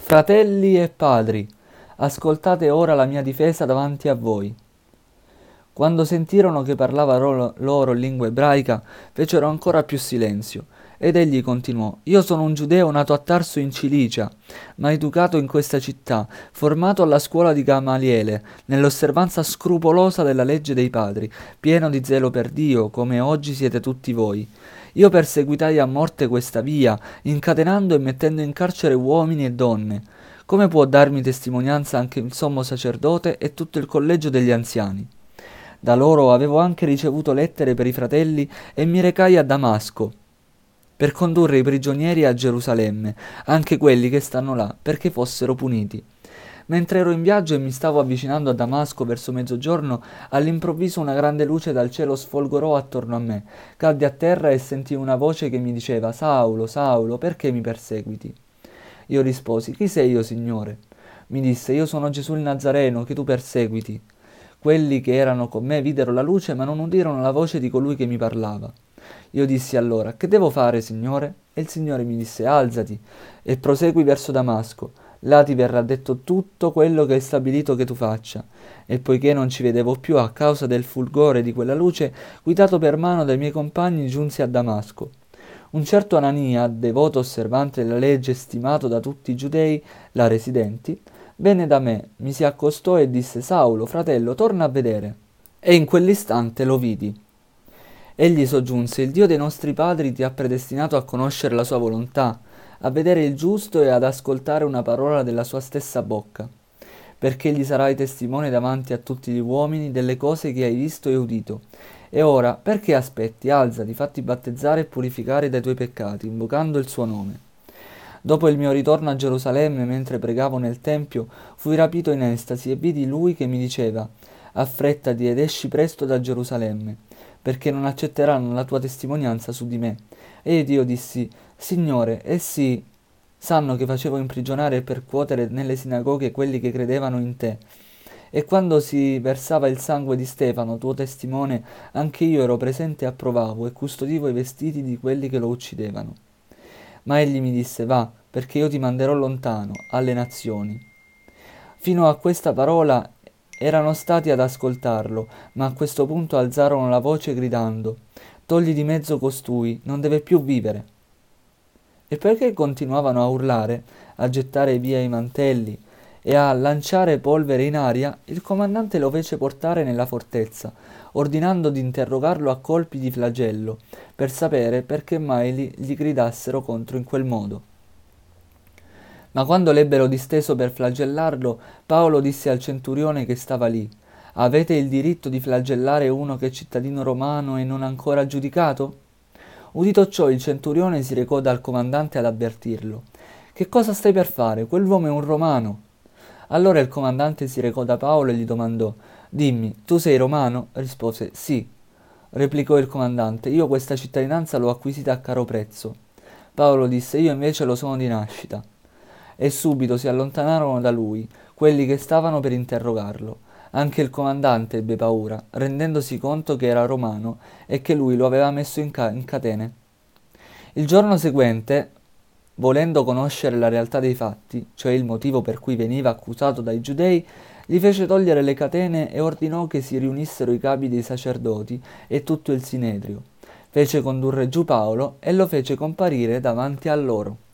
Fratelli e padri, ascoltate ora la mia difesa davanti a voi. Quando sentirono che parlava loro in lingua ebraica, fecero ancora più silenzio. Ed egli continuò: Io sono un giudeo nato a Tarso in Cilicia, ma educato in questa città, formato alla scuola di Gamaliele, nell'osservanza scrupolosa della legge dei padri, pieno di zelo per Dio, come oggi siete tutti voi. Io perseguitai a morte questa via, incatenando e mettendo in carcere uomini e donne. Come può darmi testimonianza anche il sommo sacerdote e tutto il collegio degli anziani? Da loro avevo anche ricevuto lettere per i fratelli e mi recai a Damasco per condurre i prigionieri a Gerusalemme, anche quelli che stanno là, perché fossero puniti. Mentre ero in viaggio e mi stavo avvicinando a Damasco verso mezzogiorno, all'improvviso una grande luce dal cielo sfolgorò attorno a me. Caddi a terra e sentii una voce che mi diceva: Saulo, Saulo, perché mi perseguiti? Io risposi: Chi sei io, Signore? Mi disse: Io sono Gesù il Nazareno, che tu perseguiti. Quelli che erano con me videro la luce, ma non udirono la voce di colui che mi parlava. Io dissi allora: Che devo fare, Signore? E il Signore mi disse: Alzati e prosegui verso Damasco. Là ti verrà detto tutto quello che è stabilito che tu faccia. E poiché non ci vedevo più a causa del fulgore di quella luce, guidato per mano dai miei compagni, giunsi a Damasco. Un certo Anania, devoto osservante della legge, stimato da tutti i giudei, là residenti, venne da me, mi si accostò e disse: Saulo, fratello, torna a vedere. E in quell'istante lo vidi. Egli soggiunse: Il Dio dei nostri padri ti ha predestinato a conoscere la sua volontà, a vedere il giusto e ad ascoltare una parola della sua stessa bocca, perché gli sarai testimone davanti a tutti gli uomini delle cose che hai visto e udito. E ora, perché aspetti? Alzati, fatti battezzare e purificare dai tuoi peccati, invocando il suo nome. Dopo il mio ritorno a Gerusalemme, mentre pregavo nel Tempio, fui rapito in estasi e vidi lui che mi diceva: Affrettati ed esci presto da Gerusalemme, perché non accetteranno la tua testimonianza su di me. Ed io dissi: Signore, essi sanno che facevo imprigionare e percuotere nelle sinagoghe quelli che credevano in te. E quando si versava il sangue di Stefano, tuo testimone, anche io ero presente e approvavo e custodivo i vestiti di quelli che lo uccidevano. Ma egli mi disse: Va, perché io ti manderò lontano, alle nazioni. Fino a questa parola erano stati ad ascoltarlo, ma a questo punto alzarono la voce gridando: Togli di mezzo costui, non deve più vivere. E perché continuavano a urlare, a gettare via i mantelli e a lanciare polvere in aria, il comandante lo fece portare nella fortezza, ordinando di interrogarlo a colpi di flagello, per sapere perché mai gli gridassero contro in quel modo. Ma quando l'ebbero disteso per flagellarlo, Paolo disse al centurione che stava lì: Avete il diritto di flagellare uno che è cittadino romano e non ancora giudicato? Udito ciò, il centurione si recò dal comandante ad avvertirlo. Che cosa stai per fare? Quell'uomo è un romano. Allora il comandante si recò da Paolo e gli domandò: Dimmi, tu sei romano? Rispose: Sì. Replicò il comandante: Io questa cittadinanza l'ho acquisita a caro prezzo. Paolo disse: Io invece lo sono di nascita. E subito si allontanarono da lui quelli che stavano per interrogarlo. Anche il comandante ebbe paura, rendendosi conto che era romano e che lui lo aveva messo in catene. Il giorno seguente, volendo conoscere la realtà dei fatti, cioè il motivo per cui veniva accusato dai giudei, gli fece togliere le catene e ordinò che si riunissero i capi dei sacerdoti e tutto il sinedrio. Fece condurre giù Paolo e lo fece comparire davanti a loro.